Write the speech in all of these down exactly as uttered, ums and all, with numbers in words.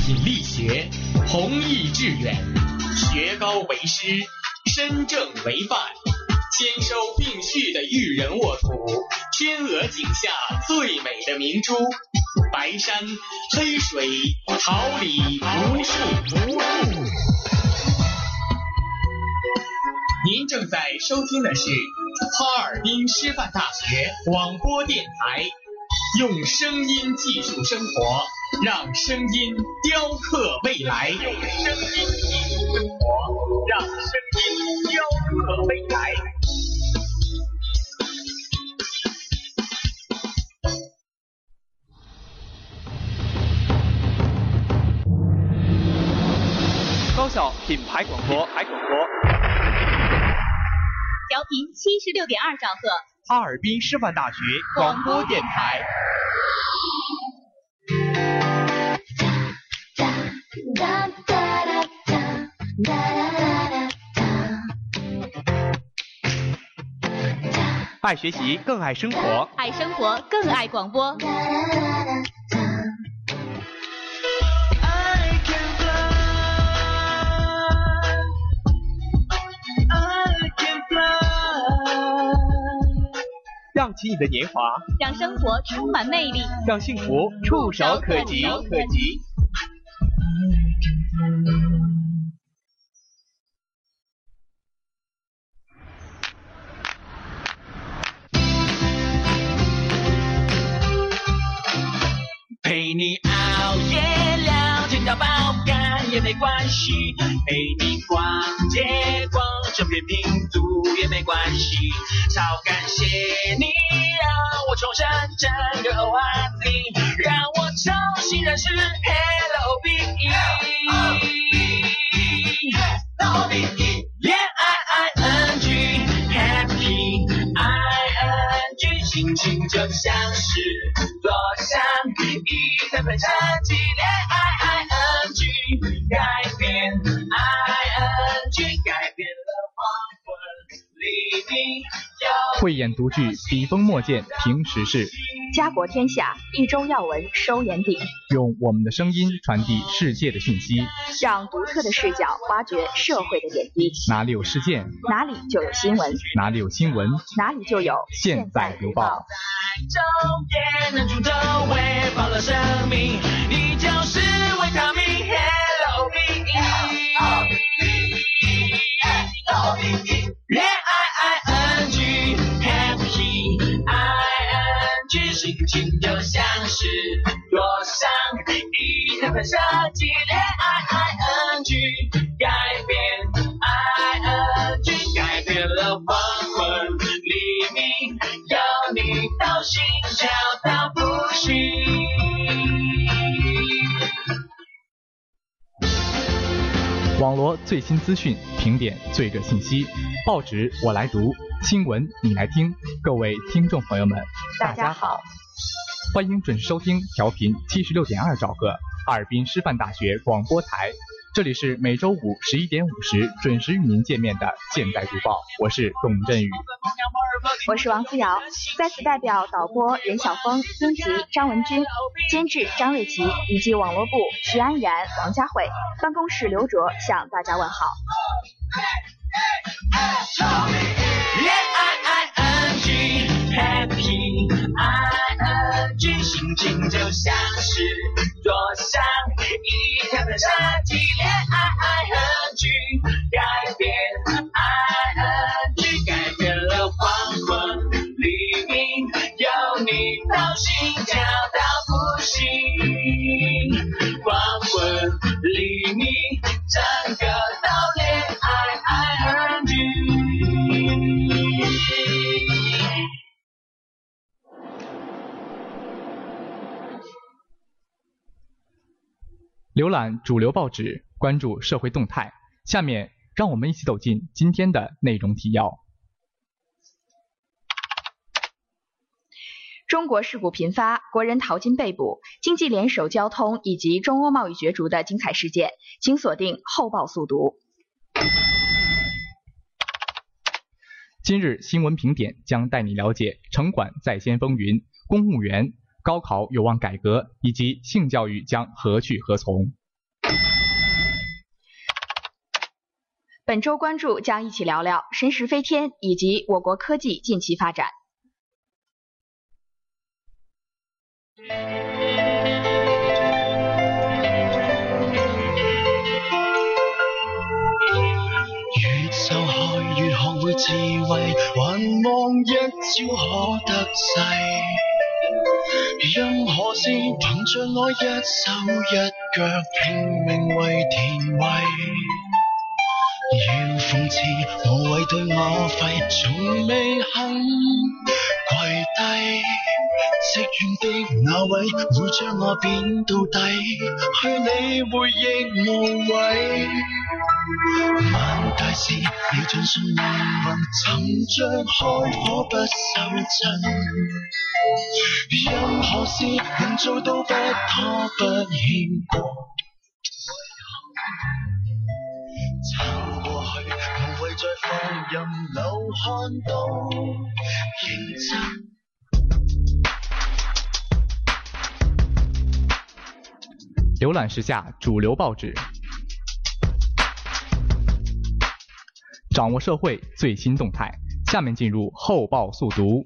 品力学，弘毅致远，学高为师，身正为范，兼收并蓄的育人沃土，天鹅颈下最美的明珠，白山黑水，桃李无数无数。您正在收听的是哈尔滨师范大学广播电台，用声音技术生活，让声音雕刻未来。用声音技术生活，让声音雕刻未来。 高校品牌广播，牌广播， 调频七十六点二兆赫， 哈尔滨师范大学广播电台。爱学习，更爱生活； 爱生活，更爱广播。 荡起你的年华， 让生活充满魅力， 让幸福触手可及。可及。陪你熬夜聊天到爆肝也没关系，陪你逛街逛整片拼图也没关系，超感谢你让我重生整个 O R Z， 让我重新认识 L O V E， 恋爱 I N G Happy I N G， 心情就像是坐上一台喷射机，恋爱 I N G 改变 I N G 改变了黄昏黎明。慧眼独具，笔锋墨见评时事， 家国天下，一周要闻收眼底， 用我们的声音传递世界的讯息， 让独特的视角挖掘社会的点滴。 哪里有事件， 哪里就有新闻； 哪里有新闻， 哪里就有现在读报。 周边人主轴喂饱了生命，你就是维他命 L O V E， 恋爱 I N G Happy I N G， 心情就像是坐上一台喷射机，恋爱 I N G 改变 I N G 改变了黄昏黎明，有你到心跳到不行。 网罗最新资讯，评点最热信息，报纸我来读，新闻你来听。各位听众朋友们， 大家好， 欢迎准时收听调频七十六点二兆赫哈尔滨师范大学广播台，这里是每周五十一点五十准时与您见面的现代读报，我是董振宇， 我是王思瑶，在此代表导播任晓峰、编辑张文军、监制张瑞琪以及网络部徐安然、王佳慧，办公室刘卓向大家问好。 恋爱 I N G Happy I N G， 心情就像是坐上一台喷射机，恋爱 I N G 改变 I N G 改变了黄昏黎明，有你到心跳到不行，黄昏黎明整个到恋爱 I N G。 浏览主流报纸，关注社会动态。下面让我们一起走进今天的内容提要。 中国事故频发，国人淘金被捕，经济联手交通以及中欧贸易角逐的精彩事件，请锁定后报速读。 今日新闻评点将带你了解城管在先风云，公务员高考有望改革，以及性教育将何去何从。 本周关注将一起聊聊神识飞天以及我国科技近期发展。 越受害越學會自衛，還望一朝可得勢。任何事憑着我一手一腳拼命為填位。要諷刺無謂對我吠，從未肯跪低。積怨的那位會將我貶到底，去理會亦無謂。萬大事要盡信命運，尋着開火不手震。任何事能做到不拖不欠，撐過去無謂再放任流汗到認真。 浏览时下主流报纸，掌握社会最新动态。下面进入后报速读。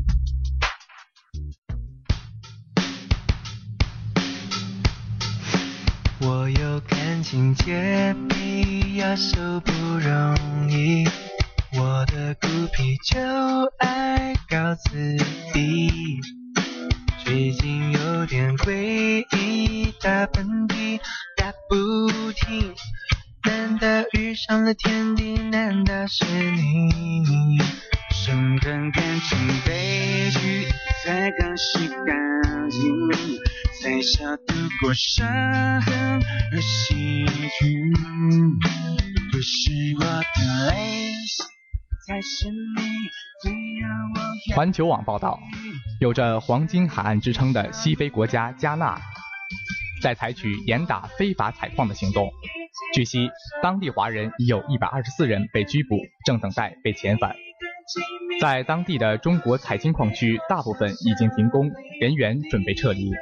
我有感情洁癖，要手不容易，我的孤僻就爱搞自闭，最近有点诡异，打喷嚏打不停，难道遇上了天敌？难道是你？深刻感情悲剧，才更是干净，才消度过伤痕和细菌。不是我的泪，才是你最让我。 环球网报道，有着黄金海岸之称的西非国家加纳，在采取严打非法采矿的行动。据悉，当地华人已有一百二十四人被拘捕，正等待被遣返。在当地的中国采金矿区，大部分已经停工，人员准备撤离。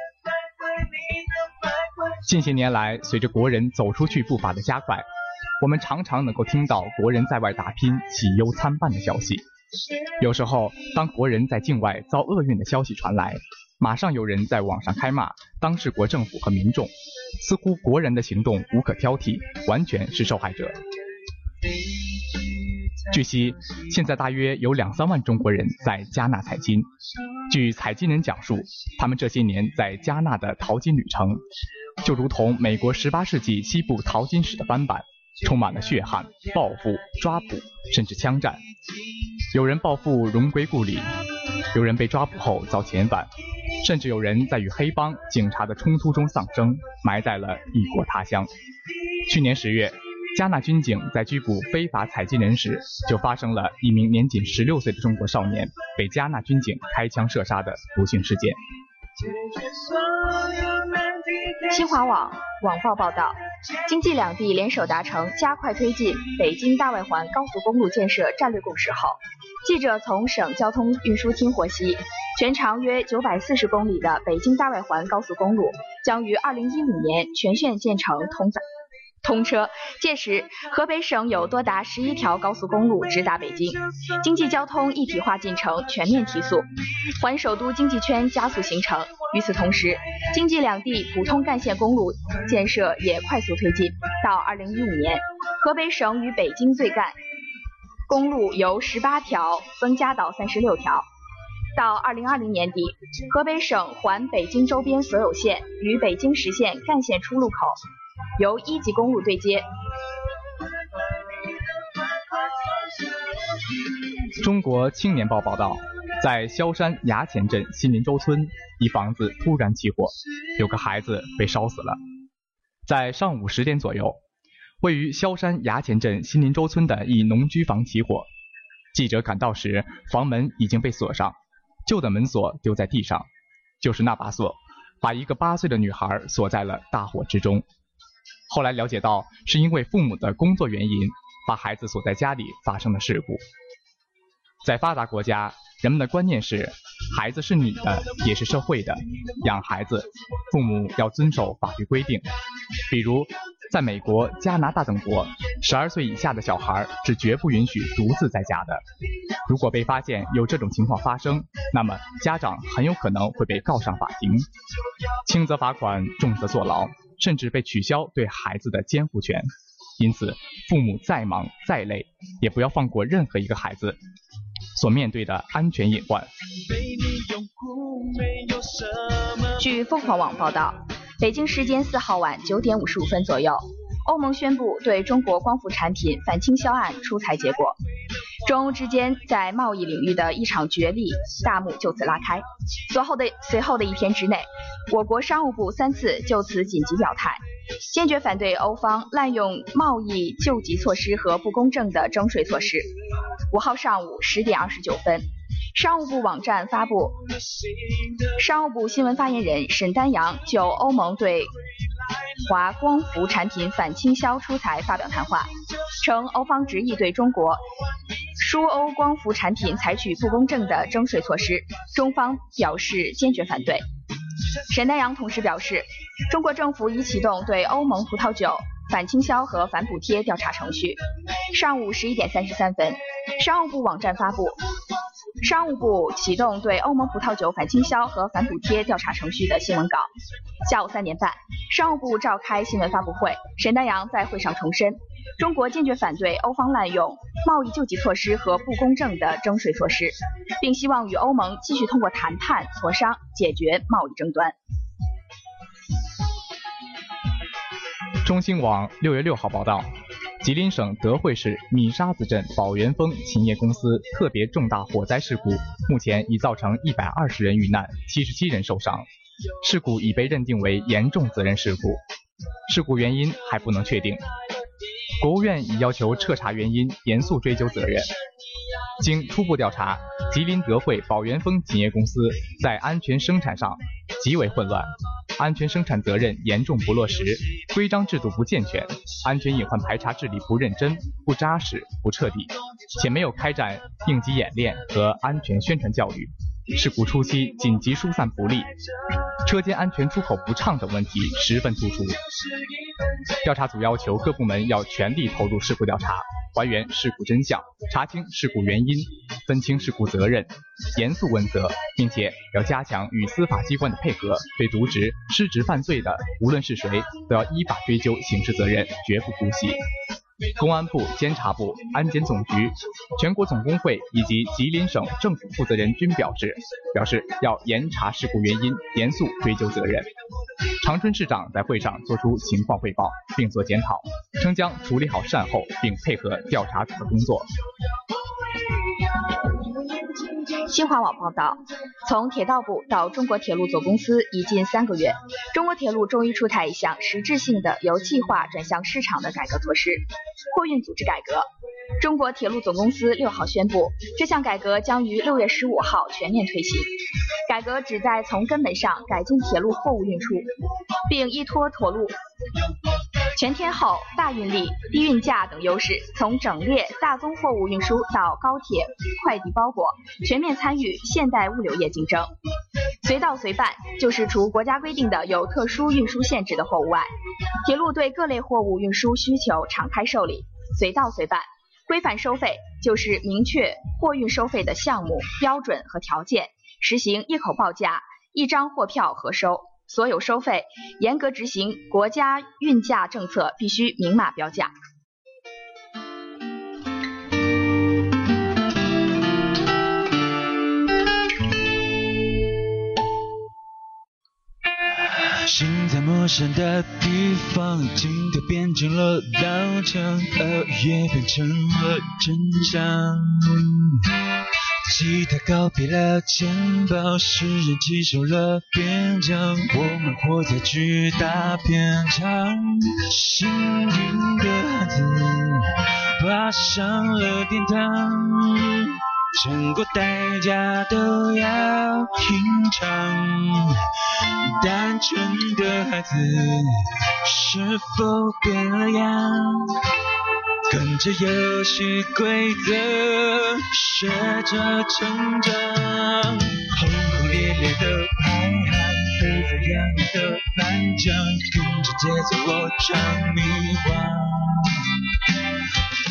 近些年来，随着国人走出去步伐的加快，我们常常能够听到国人在外打拼、喜忧参半的消息。有时候，当国人在境外遭厄运的消息传来，马上有人在网上开骂当事国政府和民众，似乎国人的行动无可挑剔，完全是受害者。据悉，现在大约有两三万中国人在加纳采金。据采金人讲述，他们这些年在加纳的淘金旅程，就如同美国十八世纪西部淘金史的翻版，充满了血汗、报复、抓捕，甚至枪战。有人报复荣归故里，有人被抓捕后遭遣返，甚至有人在与黑帮、警察的冲突中丧生，埋在了异国他乡。去年十月，加纳军警在拘捕非法采金人时，就发生了一名年仅十六岁的中国少年被加纳军警开枪射杀的不幸事件。 新华网网报报道，经济两地联手达成加快推进北京大外环高速公路建设战略共识后，记者从省交通运输厅获悉，全长约九百四十公里的北京大外环高速公路将于二零一五年全线建成通载通车，届时河北省有多达十一条高速公路直达北京，经济交通一体化进程全面提速，环首都经济圈加速形成。与此同时，经济两地普通干线公路建设也快速推进，到二零一五年，河北省与北京对干公路由十八条增加到三十六条。到二零二零年底，河北省环北京周边所有县与北京实现干线出入口由一级公路对接。 中国青年报报道，在萧山衙前镇新林洲村，一房子突然起火，有个孩子被烧死了。在上午十点左右，位于萧山衙前镇新林洲村的一农居房起火，记者赶到时，房门已经被锁上，旧的门锁丢在地上，就是那把锁，把一个八岁的女孩锁在了大火之中。后来了解到，是因为父母的工作原因，把孩子锁在家里发生了事故。在发达国家，人们的观念是，孩子是你的，也是社会的，养孩子，父母要遵守法律规定。比如，在美国、加拿大等国， 十二岁以下的小孩是绝不允许独自在家的。如果被发现有这种情况发生，那么家长很有可能会被告上法庭，轻则罚款，重则坐牢，甚至被取消对孩子的监护权。因此，父母再忙再累，也不要放过任何一个孩子所面对的安全隐患。 据凤凰网报道，北京时间四号晚九点五十五分左右，欧盟宣布对中国光伏产品反倾销案出台结果，中欧之间在贸易领域的一场角力大幕就此拉开。随后的随后的一天之内，我国商务部三次就此紧急表态，坚决反对欧方滥用贸易救济措施和不公正的征税措施。五号上午十点二十九分，商务部网站发布，商务部新闻发言人沈丹阳就欧盟对华光伏产品反倾销出台发表谈话，称欧方执意对中国输欧光伏产品采取不公正的征税措施，中方表示坚决反对。沈丹阳同时表示，中国政府已启动对欧盟葡萄酒反倾销和反补贴调查程序。上午十一点三十三分，商务部网站发布商务部启动对欧盟葡萄酒反倾销和反补贴调查程序的新闻稿。下午三点半，商务部召开新闻发布会，沈丹阳在会上重申，中国坚决反对欧方滥用贸易救济措施和不公正的征税措施，并希望与欧盟继续通过谈判磋商解决贸易争端。 中新网六月六号报道，吉林省德惠市米沙子镇宝元丰禽业公司特别重大火灾事故，目前已造成一百二十人遇难，七十七人受伤。事故已被认定为严重责任事故，事故原因还不能确定。国务院已要求彻查原因，严肃追究责任。经初步调查，吉林德惠宝元丰禽业公司在安全生产上极为混乱，安全生产责任严重不落实，规章制度不健全，安全隐患排查治理不认真、不扎实、不彻底，且没有开展应急演练和安全宣传教育。事故初期紧急疏散不力，车间安全出口不畅等问题十分突出。调查组要求各部门要全力投入事故调查，还原事故真相，查清事故原因，分清事故责任，严肃问责，并且要加强与司法机关的配合，对渎职、失职犯罪的无论是谁都要依法追究刑事责任，绝不姑息。公安部、监察部、安检总局、全国总工会以及吉林省政府负责人均表示，表示要严查事故原因，严肃追究责任。长春市长在会上作出情况汇报，并作检讨，称将处理好善后，并配合调查组的工作。 新华网报道，从铁道部到中国铁路总公司已近三个月，中国铁路终于出台一项实质性的由计划转向市场的改革措施——货运组织改革。中国铁路总公司六号宣布，这项改革将于六月十五号全面推行。改革旨在从根本上改进铁路货物运输，并依托铁路全天候、大运力、低运价等优势，从整列大宗货物运输到高铁快递包裹，全面参与现代物流业竞争。随到随办，就是除国家规定的有特殊运输限制的货物外，铁路对各类货物运输需求敞开受理，随到随办。规范收费就是明确货运收费的项目、标准和条件，实行一口报价、一张货票核收。所有收费严格执行国家运价政策，必须明码标价。 心在陌生的地方，镜头变成了刀枪，耳也变成了真相。吉他告别了钱包，诗人接受了边疆，我们活在巨大片场，幸运的孩子爬上了殿堂，成果代价都要品尝。单纯的孩子是否变了样？跟着游戏规则学着成长，轰轰烈烈的排行，沸沸扬扬的颁奖，跟着节奏我唱迷惘。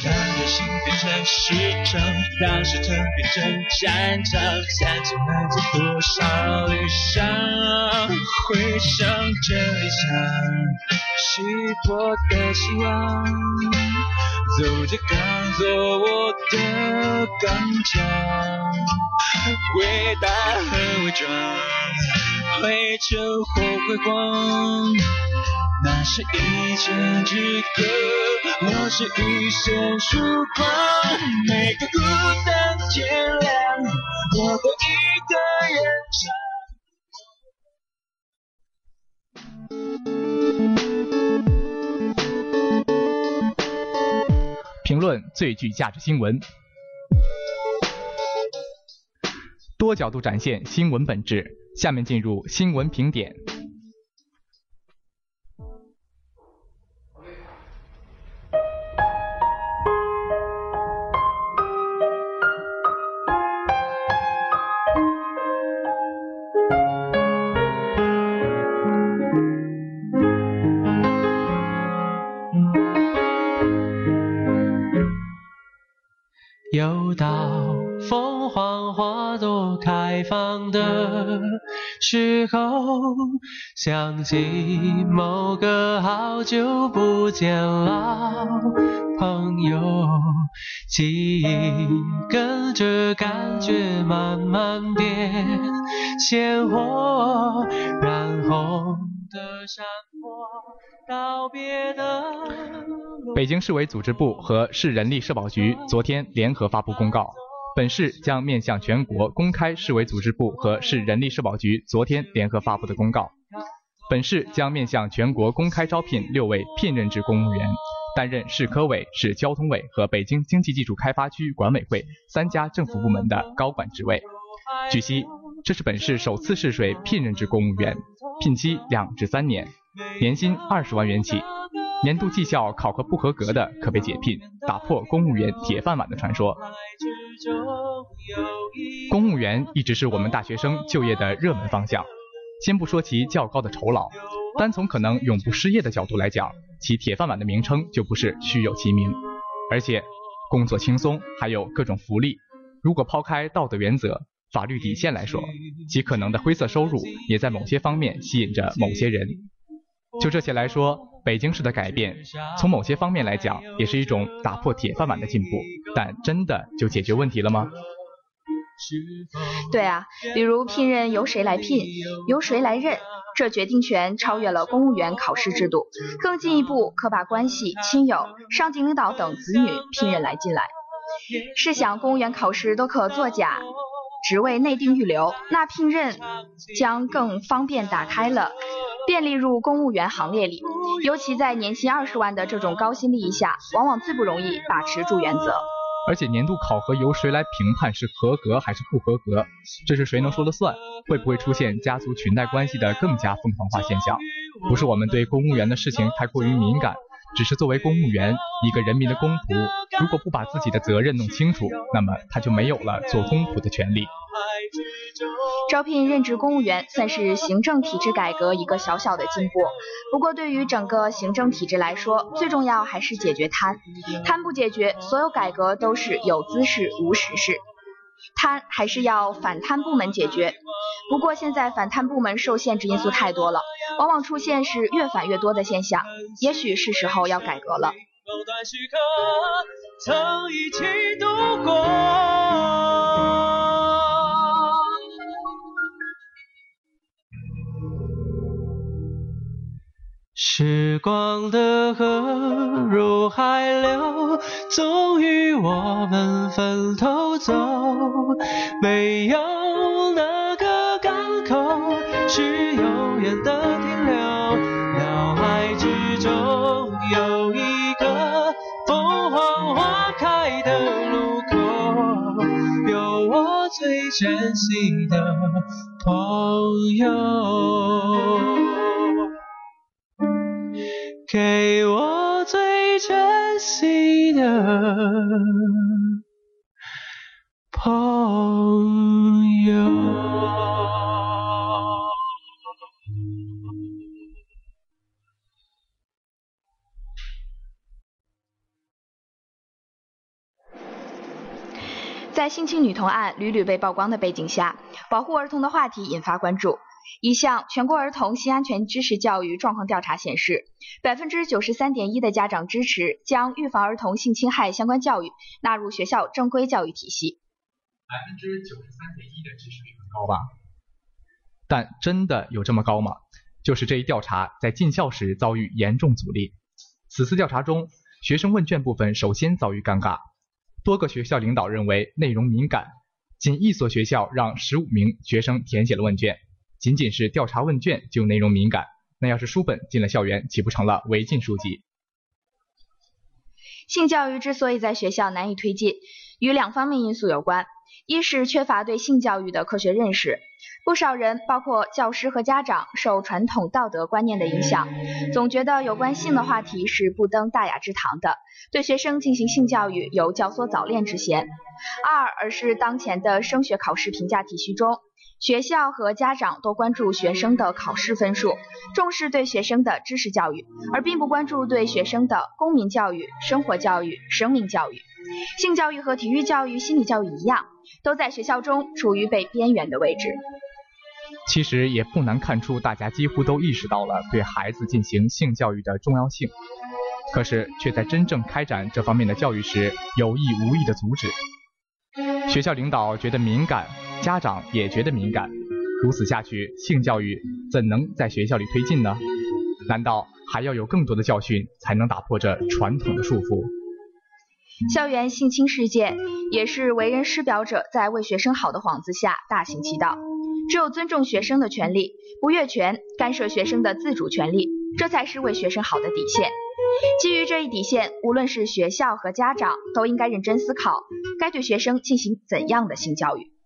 让热心变成市场，让市场变成战场，三千满足多少理想，回想这理想，稀薄的希望，走着刚做我的刚强，伟大和伪装，灰尘或辉光，那是一线之隔，我是一线曙光，每个孤单天亮，我都一个人唱。评论最具价值新闻，多角度展现新闻本质。下面进入新闻评点。 又到凤凰花朵开放的时候，想起某个好久不见老朋友，记忆跟着感觉慢慢变鲜活，染红的山坡，道别的北京市委组织部和市人力社保局昨天联合发布公告，本市将面向全国公开市委组织部和市人力社保局昨天联合发布的公告，本市将面向全国公开招聘六位聘任制公务员，担任市科委、市交通委和北京经济技术开发区管委会三家政府部门的高管职位。据悉，这是本市首次试水聘任制公务员，聘期两至三年，年薪二十万元起。年度绩效考核不合格的可被解聘，打破公务员铁饭碗的传说。公务员一直是我们大学生就业的热门方向。先不说其较高的酬劳，单从可能永不失业的角度来讲，其铁饭碗的名称就不是虚有其名。而且工作轻松，还有各种福利。如果抛开道德原则、法律底线来说，其可能的灰色收入也在某些方面吸引着某些人。就这些来说，北京市的改变从某些方面来讲也是一种打破铁饭碗的进步，但真的就解决问题了吗？ 对啊，比如聘任由谁来聘，由谁来任，这决定权超越了公务员考试制度，更进一步可把关系、亲友、上级领导等子女聘任来进来。试想公务员考试都可作假，职位内定预留，那聘任将更方便打开了，便利入公务员行列里。尤其在年薪二十万的这种高薪利益下，往往最不容易把持住原则。 而且年度考核由谁来评判是合格还是不合格，这是谁能说了算？会不会出现家族裙带关系的更加疯狂化现象？不是我们对公务员的事情太过于敏感，只是作为公务员，一个人民的公仆，如果不把自己的责任弄清楚，那么他就没有了做公仆的权利。 招聘任职公务员算是行政体制改革一个小小的进步，不过对于整个行政体制来说，最重要还是解决贪。贪不解决，所有改革都是有姿势无实势。贪还是要反贪部门解决，不过现在反贪部门受限制因素太多了，往往出现是越反越多的现象，也许是时候要改革了。 曾一起度过时光的河入海流，终于我们分头走，没有哪个港口是永远的停留，脑海之中有一个凤凰花开的路口，有我最珍惜的朋友，给我最珍惜的朋友。 在性侵女童案屡屡被曝光的背景下，保护儿童的话题引发关注。一项全国儿童性安全知识教育状况调查显示， 百分之九十三点一 的家长支持将预防儿童性侵害相关教育纳入学校正规教育体系。 百分之九十三点一 的支持率很高吧？但真的有这么高吗？就是这一调查在进校时遭遇严重阻力。此次调查中，学生问卷部分首先遭遇尴尬，多个学校领导认为内容敏感，仅一所学校让十五名学生填写了问卷。仅仅是调查问卷就内容敏感，那要是书本进了校园，岂不成了违禁书籍？ 性教育之所以在学校难以推进，与两方面因素有关。一是缺乏对性教育的科学认识，不少人包括教师和家长受传统道德观念的影响，总觉得有关性的话题是不登大雅之堂的，对学生进行性教育有教唆早恋之嫌。二而是当前的升学考试评价体系中，学校和家长都关注学生的考试分数，重视对学生的知识教育，而并不关注对学生的公民教育、生活教育、生命教育。性教育和体育教育、心理教育一样，都在学校中处于被边缘的位置。 其实也不难看出，大家几乎都意识到了对孩子进行性教育的重要性，可是却在真正开展这方面的教育时，有意无意的阻止。学校领导觉得敏感，家长也觉得敏感，如此下去，性教育怎能在学校里推进呢？难道还要有更多的教训才能打破这传统的束缚？ 校园性侵事件也是为人师表者在为学生好的幌子下大行其道。只有尊重学生的权利，不越权，干涉学生的自主权利，这才是为学生好的底线。基于这一底线，无论是学校和家长都应该认真思考，该对学生进行怎样的性教育。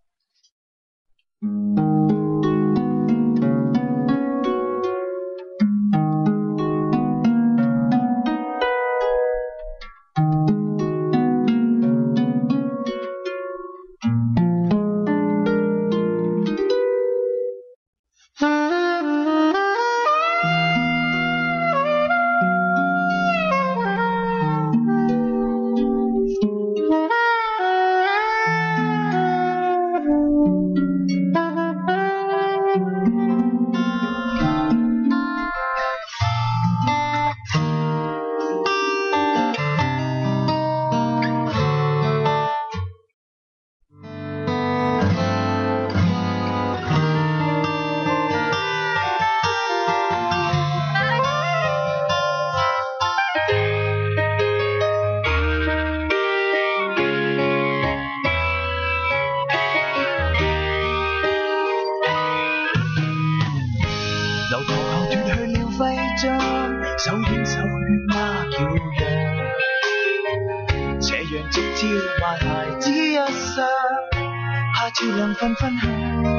分分享，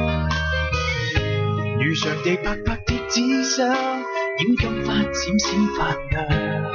如常地拍拍貼紙上，影金髮閃閃發亮，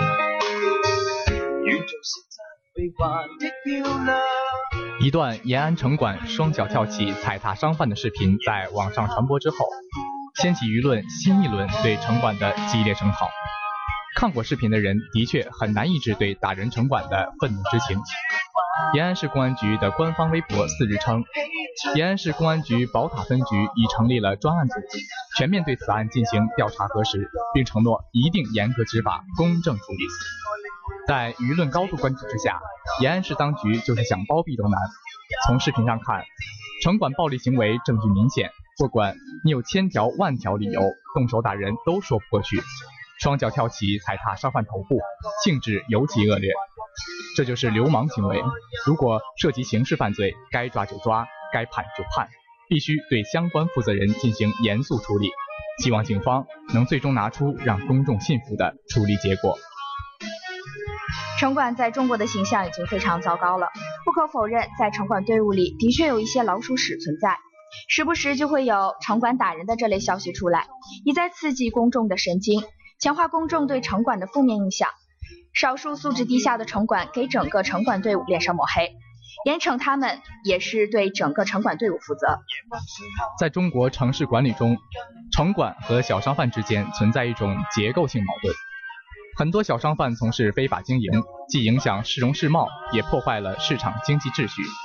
願做實習被還的漂亮。 一段延安城管双脚跳起踩踏商贩的视频在网上传播之后，掀起舆论新一轮对城管的激烈声讨。看过视频的人的确很难抑制对打人城管的愤怒之情。延安市公安局的官方微博四日称，延安市公安局宝塔分局已成立了专案组，全面对此案进行调查核实，并承诺一定严格执法，公正处理。在舆论高度关注之下，延安市当局就是想包庇都难。从视频上看，城管暴力行为证据明显，不管你有千条万条理由，动手打人都说不过去。双脚跳起踩踏商贩头部，性质尤其恶劣，这就是流氓行为。如果涉及刑事犯罪，该抓就抓，该判就判，必须对相关负责人进行严肃处理。希望警方能最终拿出让公众信服的处理结果。 城管在中国的形象已经非常糟糕了，不可否认，在城管队伍里的确有一些老鼠屎存在，时不时就会有城管打人的这类消息出来，一再刺激公众的神经，强化公众对城管的负面印象。少数素质低下的城管给整个城管队伍脸上抹黑，严惩他们也是对整个城管队伍负责。 在中国城市管理中，城管和小商贩之间存在一种结构性矛盾。很多小商贩从事非法经营，既影响市容市貌，也破坏了市场经济秩序。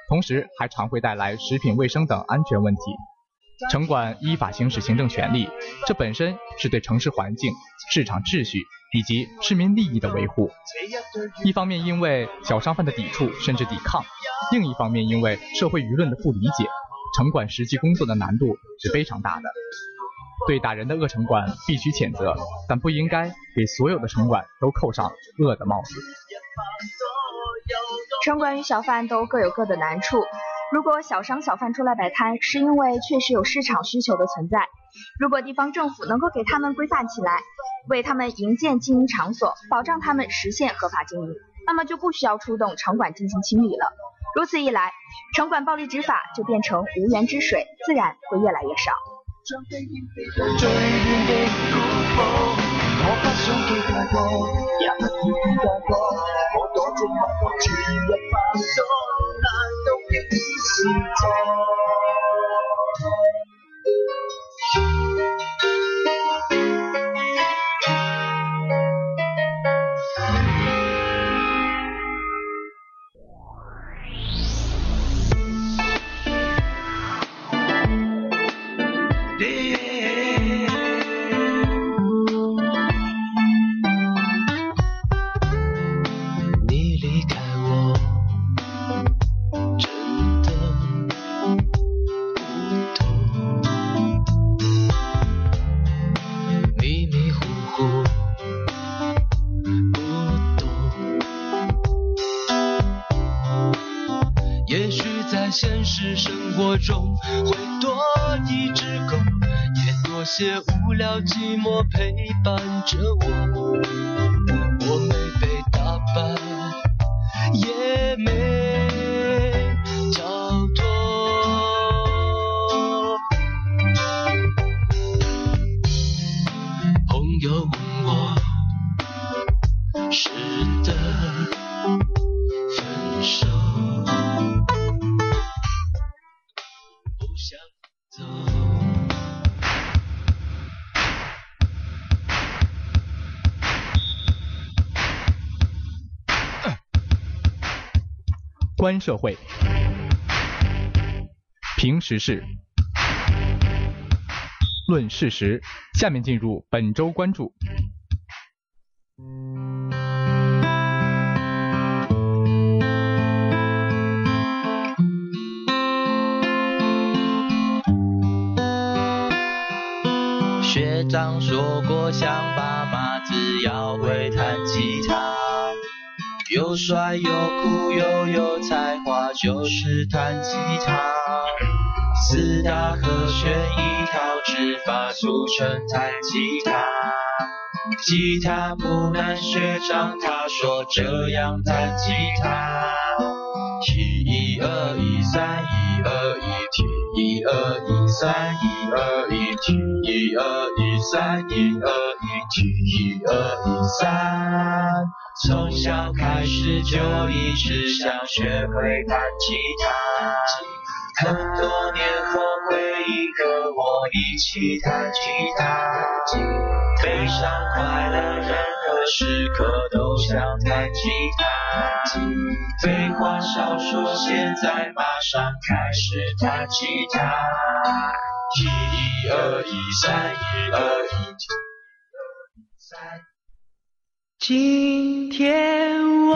同时还常会带来食品卫生等安全问题。城管依法行使行政权力，这本身是对城市环境、市场秩序以及市民利益的维护。一方面因为小商贩的抵触甚至抵抗，另一方面因为社会舆论的不理解，城管实际工作的难度是非常大的。对打人的恶城管必须谴责，但不应该给所有的城管都扣上恶的帽子。 城管与小贩都各有各的难处，如果小商小贩出来摆摊，是因为确实有市场需求的存在。如果地方政府能够给他们规范起来，为他们营建经营场所，保障他们实现合法经营，那么就不需要出动城管进行清理了。如此一来，城管暴力执法就变成无源之水，自然会越来越少。 最遠的高峰，我不想記太多，也不要見太多，我躲進某個全日飯桌，難道幾時錯？ 现实生活中会多一只狗，也多些无聊寂寞陪伴着我。我没被打败，也没逃脱。朋友问我是的分手， 观社会，评时事，论事实。下面进入本周关注。 学长说过，想爸妈只要会弹吉他，又帅又酷又有才华，就是弹吉他。四大和弦一套指法，组成弹吉他。吉他不难，学长他说这样弹吉他。一二一三一二一提一二一三一二一提一二一三一二一提一二一三。从小开始就一直想学会弹吉他，很多年后会一和我一起弹吉他，悲伤快乐任何时刻都想弹吉他。废话少说，现在马上开始弹吉他。一二一三一二一三。 今天我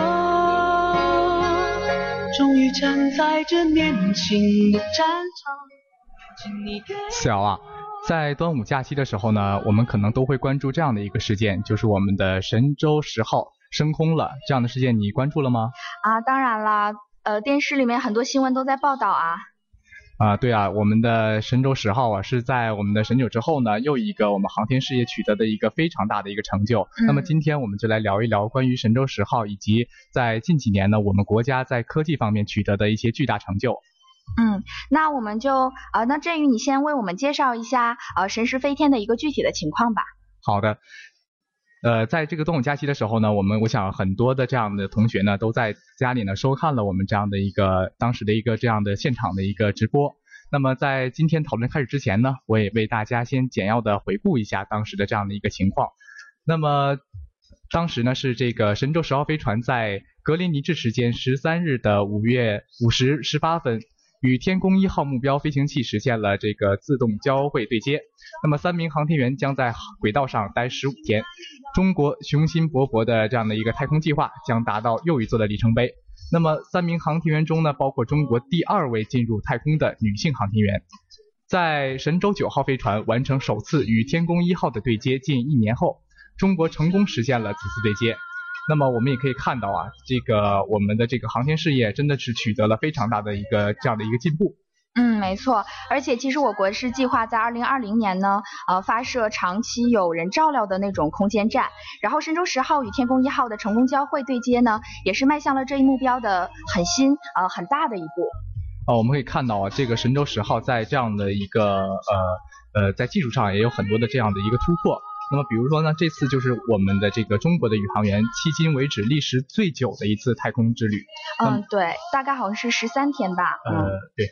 终于站在这年轻的战场。 小啊，在端午假期的时候呢，我们可能都会关注这样的一个事件，就是我们的神舟十号升空了。这样的事件你关注了吗？ 啊，当然啦，呃，电视里面很多新闻都在报道啊。 啊，对啊，我们的神舟十号啊，是在我们的神九之后呢，又一个我们航天事业取得的一个非常大的一个成就。嗯、那么今天我们就来聊一聊关于神舟十号以及在近几年呢，我们国家在科技方面取得的一些巨大成就。 嗯，那我们就呃，那振宇你先为我们介绍一下呃神十飞天的一个具体的情况吧。 好的。呃，在这个端午假期的时候呢，我们我想很多的这样的同学呢，都在家里呢收看了我们这样的一个当时的一个这样的现场的一个直播。那么在今天讨论开始之前呢，我也为大家先简要的回顾一下当时的这样的一个情况。那么当时呢是这个神舟十号飞船在格林尼治时间十三日的五月五时十八分，与天宫一号目标飞行器实现了这个自动交会对接。那么三名航天员将在轨道上待十五天，中国雄心勃勃的这样的一个太空计划将达到又一座的里程碑。那么三名航天员中呢，包括中国第二位进入太空的女性航天员。在神舟九号飞船完成首次与天宫一号的对接近一年后，中国成功实现了此次对接。那么我们也可以看到啊，这个我们的这个航天事业真的是取得了非常大的一个这样的一个进步。 嗯，没错。而且其实我国是计划在二零二零年呢，呃，发射长期有人照料的那种空间站。然后神舟十号与天宫一号的成功交会对接呢，也是迈向了这一目标的很新呃很大的一步。 呃，我们可以看到啊，这个神舟十号在这样的一个呃呃在技术上也有很多的这样的一个突破。那么比如说呢，这次就是我们的这个中国的宇航员迄今为止历时最久的一次太空之旅。 嗯，对，大概好像是十三天吧。 呃，对。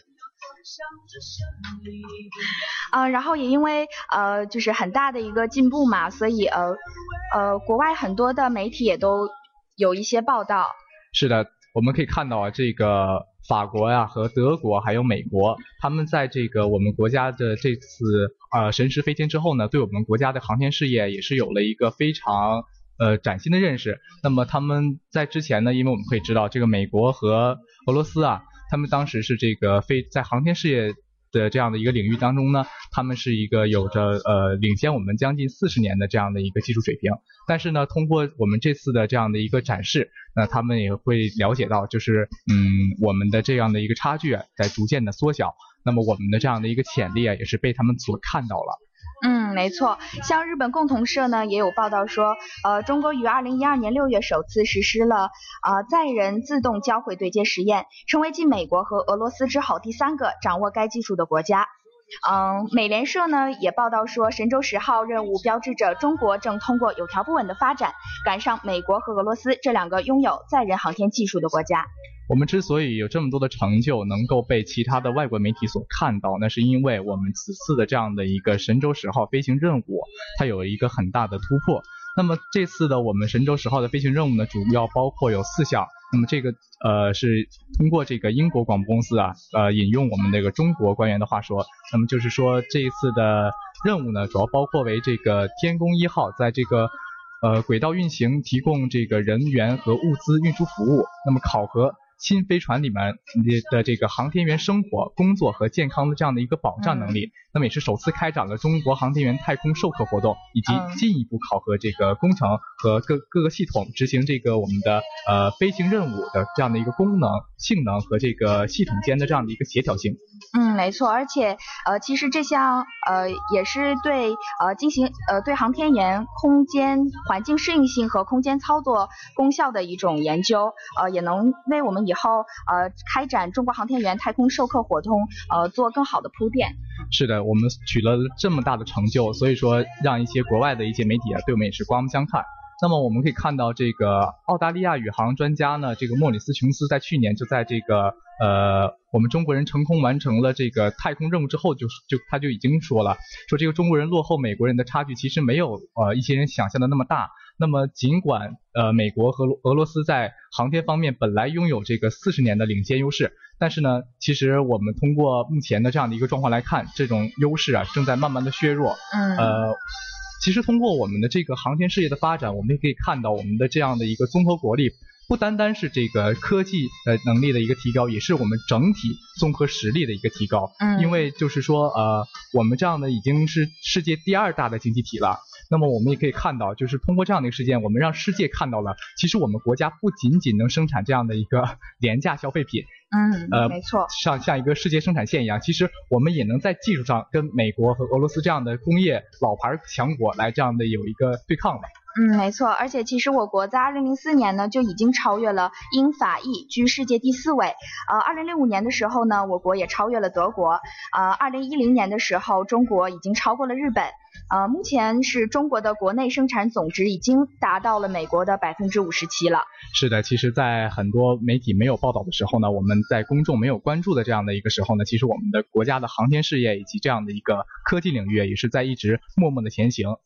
呃，然后也因为呃就是很大的一个进步嘛，所以呃呃国外很多的媒体也都有一些报道。 是的，我们可以看到啊，这个法国呀、啊、和德国还有美国，他们在这个我们国家的这次呃神十飞天之后呢，对我们国家的航天事业也是有了一个非常呃崭新的认识。那么他们在之前呢，因为我们可以知道这个美国和俄罗斯啊，他们当时是这个飞在航天事业的这样的一个领域当中呢，他们是一个有着呃领先我们将近四十年的这样的一个技术水平。但是呢，通过我们这次的这样的一个展示，那他们也会了解到，就是嗯我们的这样的一个差距啊，在逐渐的缩小。那么我们的这样的一个潜力啊，也是被他们所看到了。 嗯，没错。像日本共同社呢也有报道说，呃，中国于二零一二年六月首次实施了呃载人自动交会对接实验，成为继美国和俄罗斯之后第三个掌握该技术的国家。嗯，美联社呢也报道说，神舟十号任务标志着中国正通过有条不紊的发展，赶上美国和俄罗斯这两个拥有载人航天技术的国家。 我们之所以有这么多的成就能够被其他的外国媒体所看到，那是因为我们此次的这样的一个神舟十号飞行任务，它有一个很大的突破。那么这次的我们神舟十号的飞行任务呢，主要包括有四项。那么这个呃是通过这个英国广播公司啊，呃引用我们那个中国官员的话说，那么就是说这一次的任务呢，主要包括为这个天宫一号在这个呃轨道运行提供这个人员和物资运输服务，那么考核新飞船里面的这个航天员生活、工作和健康的这样的一个保障能力。嗯、那么也是首次开展了中国航天员太空授课活动，以及进一步考核这个工程和各各个系统执行这个我们的呃飞行任务的这样的一个功能、性能和这个系统间的这样的一个协调性。 嗯，没错。而且呃，其实这项呃也是对呃进行呃对航天员空间环境适应性和空间操作功效的一种研究，呃也能为我们以以后呃开展中国航天员太空授课活动呃做更好的铺垫。 是的，我们取了这么大的成就，所以说让一些国外的一些媒体啊对我们也是刮目相看。那么我们可以看到，这个澳大利亚宇航专家呢，这个莫里斯琼斯在去年就在这个呃我们中国人成功完成了这个太空任务之后就，就就他就已经说了，说这个中国人落后美国人的差距其实没有呃一些人想象的那么大。那么尽管呃美国和俄罗斯在航天方面本来拥有这个四十年的领先优势，但是呢，其实我们通过目前的这样的一个状况来看，这种优势啊正在慢慢的削弱。 嗯。 呃。其实通过我们的这个航天事业的发展，我们也可以看到我们的这样的一个综合国力，不单单是这个科技呃能力的一个提高，也是我们整体综合实力的一个提高。 嗯， 因为就是说呃我们这样的已经是世界第二大的经济体了。那么我们也可以看到，就是通过这样的一个事件，我们让世界看到了，其实我们国家不仅仅能生产这样的一个廉价消费品。 嗯， 呃， 没错， 像像一个世界生产线一样，其实我们也能在技术上跟美国和俄罗斯这样的工业老牌强国来这样的有一个对抗吧。 嗯，没错，而且其实我国在二零零四年呢就已经超越了英法意，居世界第四位。呃，二零零五年的时候呢，我国也超越了德国。呃，二零一零年的时候，中国已经超过了日本。呃，目前是中国的国内生产总值已经达到了美国的百分之五十七了。 是的，其实在很多媒体没有报道的时候呢，我们在公众没有关注的这样的一个时候呢，其实我们的国家的航天事业以及这样的一个科技领域也是在一直默默的前行。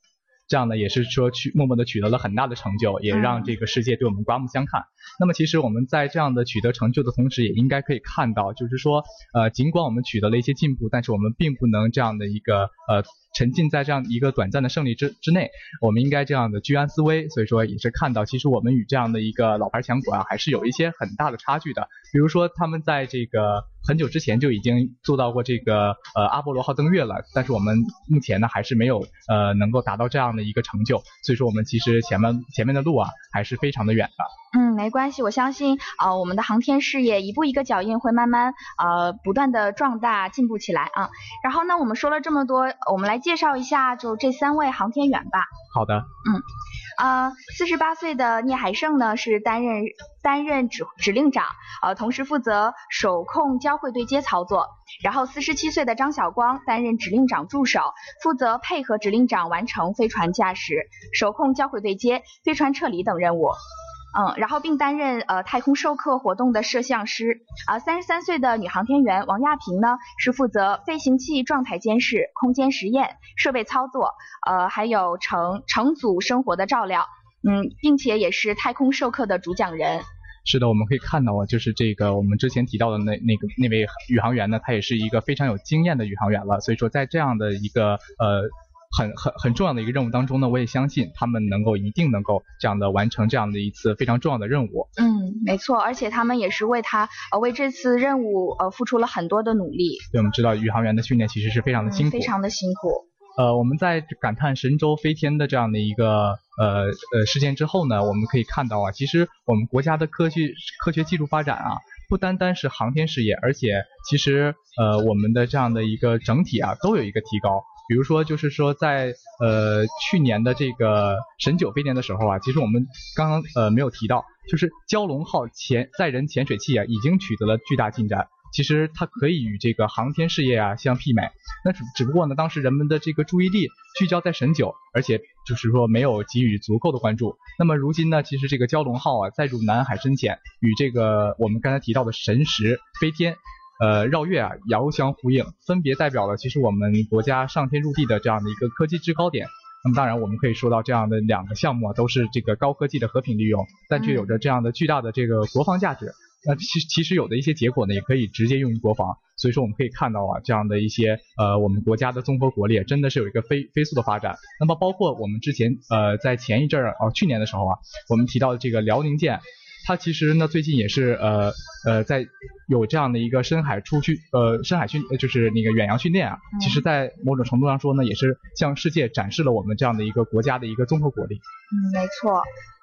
这样呢也是说取默默的取得了很大的成就，也让这个世界对我们刮目相看。嗯、那么其实我们在这样的取得成就的同时，也应该可以看到，就是说呃尽管我们取得了一些进步，但是我们并不能这样的一个呃沉浸在这样一个短暂的胜利之之内，我们应该这样的居安思危。所以说也是看到其实我们与这样的一个老牌强国啊还是有一些很大的差距的。比如说他们在这个很久之前就已经做到过这个呃阿波罗号登月了，但是我们目前呢还是没有呃能够达到这样的一个成就，所以说我们其实前面前面的路啊还是非常的远的。 嗯，没关系，我相信呃我们的航天事业一步一个脚印会慢慢呃不断的壮大进步起来啊。然后呢我们说了这么多，我们来介绍一下就这三位航天员吧。 好的。 嗯。呃，四十八岁的聂海胜呢是担任担任指指令长，呃，同时负责手控交会对接操作。然后四十七岁的张晓光担任指令长助手，负责配合指令长完成飞船驾驶、手控交会对接、飞船撤离等任务。嗯，然后并担任呃太空授课活动的摄像师。啊，三十三岁的女航天员王亚平呢是负责飞行器状态监视、空间实验、设备操作，呃，还有乘乘组生活的照料。嗯，并且也是太空授课的主讲人。 是的，我们可以看到啊，就是这个我们之前提到的那那个那位宇航员呢，他也是一个非常有经验的宇航员了。所以说在这样的一个呃。很很很重要的一个任务当中呢，我也相信他们能够一定能够这样的完成这样的一次非常重要的任务。 嗯，没错，而且他们也是为他呃为这次任务呃付出了很多的努力。 对，我们知道宇航员的训练其实是非常的辛苦， 嗯、非常的辛苦。 呃，我们在感叹神舟飞天的这样的一个呃呃事件之后呢，我们可以看到啊，其实我们国家的科学科学技术发展啊，不单单是航天事业，而且其实呃我们的这样的一个整体啊都有一个提高。比如说就是说在呃去年的这个神九飞年的时候啊，其实我们刚刚呃没有提到，就是蛟龙号潜载人潜水器啊已经取得了巨大进展。其实它可以与这个航天事业啊相媲美，那只只不过呢当时人们的这个注意力聚焦在神九，而且就是说没有给予足够的关注。那么如今呢，其实这个蛟龙号啊载入南海深潜，与这个我们刚才提到的神十飞天呃，绕月啊，遥相呼应，分别代表了其实我们国家上天入地的这样的一个科技制高点。那么当然我们可以说到这样的两个项目啊，都是这个高科技的和平利用，但却有着这样的巨大的这个国防价值。那其其实有的一些结果呢，也可以直接用于国防。所以说我们可以看到啊，这样的一些呃我们国家的综合国力真的是有一个飞飞速的发展。那么包括我们之前呃在前一阵儿哦去年的时候啊，我们提到的这个辽宁舰。它其实呢，最近也是呃呃在有这样的一个深海出去呃深海训就是那个远洋训练啊，其实在某种程度上说呢，也是向世界展示了我们这样的一个国家的一个综合国力。 嗯，没错。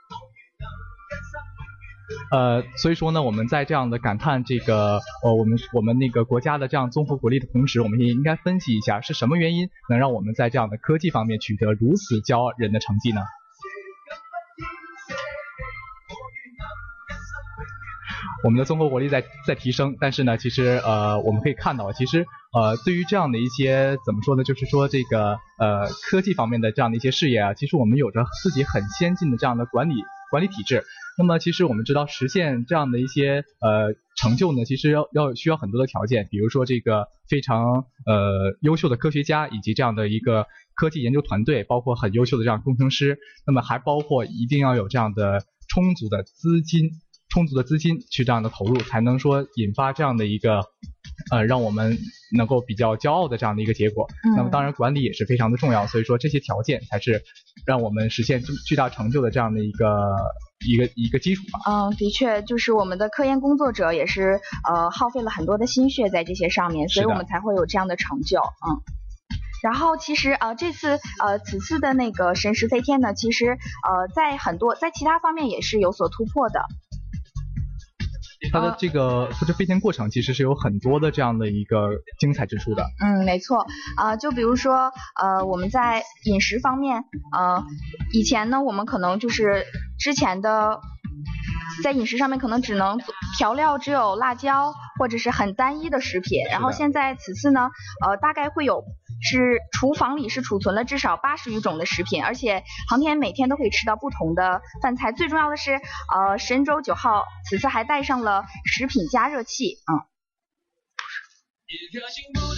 呃，所以说呢，我们在这样的感叹这个呃我们我们那个国家的这样综合国力的同时，我们也应该分析一下是什么原因能让我们在这样的科技方面取得如此骄人的成绩呢？我们的综合国力在在提升，但是呢，其实呃我们可以看到，其实呃对于这样的一些怎么说呢，就是说这个呃科技方面的这样的一些事业啊，其实我们有着自己很先进的这样的管理管理体制。那么其实我们知道实现这样的一些呃成就呢，其实要要需要很多的条件，比如说这个非常呃优秀的科学家以及这样的一个科技研究团队，包括很优秀的这样工程师，那么还包括一定要有这样的充足的资金。充足的资金去这样的投入，才能说引发这样的一个呃让我们能够比较骄傲的这样的一个结果。嗯、那么当然管理也是非常的重要，所以说这些条件才是让我们实现巨大成就的这样的一个一个一个基础吧。 嗯，的确，就是我们的科研工作者也是呃耗费了很多的心血在这些上面，所以我们才会有这样的成就。嗯。然后其实呃这次呃此次的那个神十飞天呢，其实呃在很多在其他方面也是有所突破的。 它的这个它这飞天过程其实是有很多的这样的一个精彩之处的。 嗯，没错。呃，就比如说呃我们在饮食方面，呃以前呢我们可能就是之前的在饮食上面可能只能调料只有辣椒或者是很单一的食品，然后现在此次呢呃大概会有是厨房里是储存了至少八十余种的食品，而且航天每天都可以吃到不同的饭菜。最重要的是，呃，神舟九号此次还带上了食品加热器，嗯。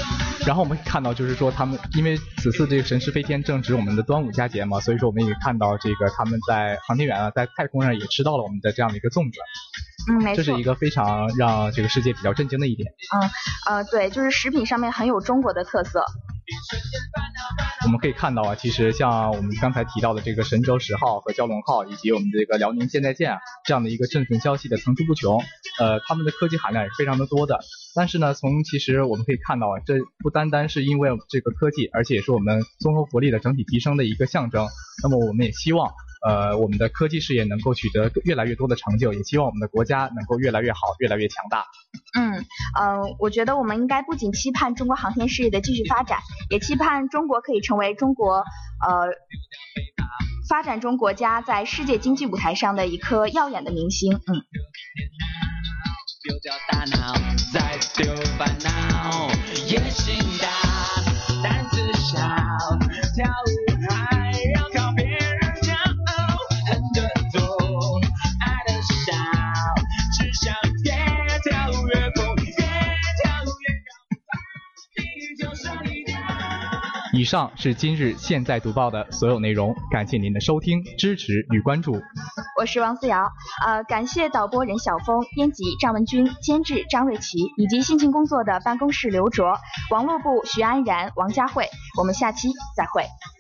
然后我们看到就是说他们因为此次这个神狮飞天正值我们的端午佳节嘛，所以说我们也看到这个他们在航天员啊在太空上也吃到了我们的这样的一个粽子。 嗯，没错， 这是一个非常让这个世界比较震惊的一点。 嗯呃对，就是食品上面很有中国的特色。 我们可以看到啊，其实像我们刚才提到的这个神舟十号和蛟龙号，以及我们这个辽宁现代舰啊，这样的一个振奋消息的层出不穷，呃，他们的科技含量也是非常的多的。但是呢，从其实我们可以看到啊，这不单单是因为这个科技，而且也是我们综合国力的整体提升的一个象征。那么我们也希望呃我们的科技事业能够取得越来越多的成就，也希望我们的国家能够越来越好，越来越强大。 嗯呃，我觉得我们应该不仅期盼中国航天事业的继续发展，也期盼中国可以成为中国呃发展中国家在世界经济舞台上的一颗耀眼的明星。嗯。 丢掉大脑，再丢烦恼，野心大，胆子小，跳舞还要靠别人骄傲，狠的多，爱的少，只想越跳越高，越跳越高，地球上一条。 以上是今日现在读报的所有内容，感谢您的收听、支持与关注。 我是王思瑶，呃，感谢导播任晓峰、编辑张文军、监制张瑞琪以及辛勤工作的办公室刘卓、网络部徐安然、王佳慧。我们下期再会。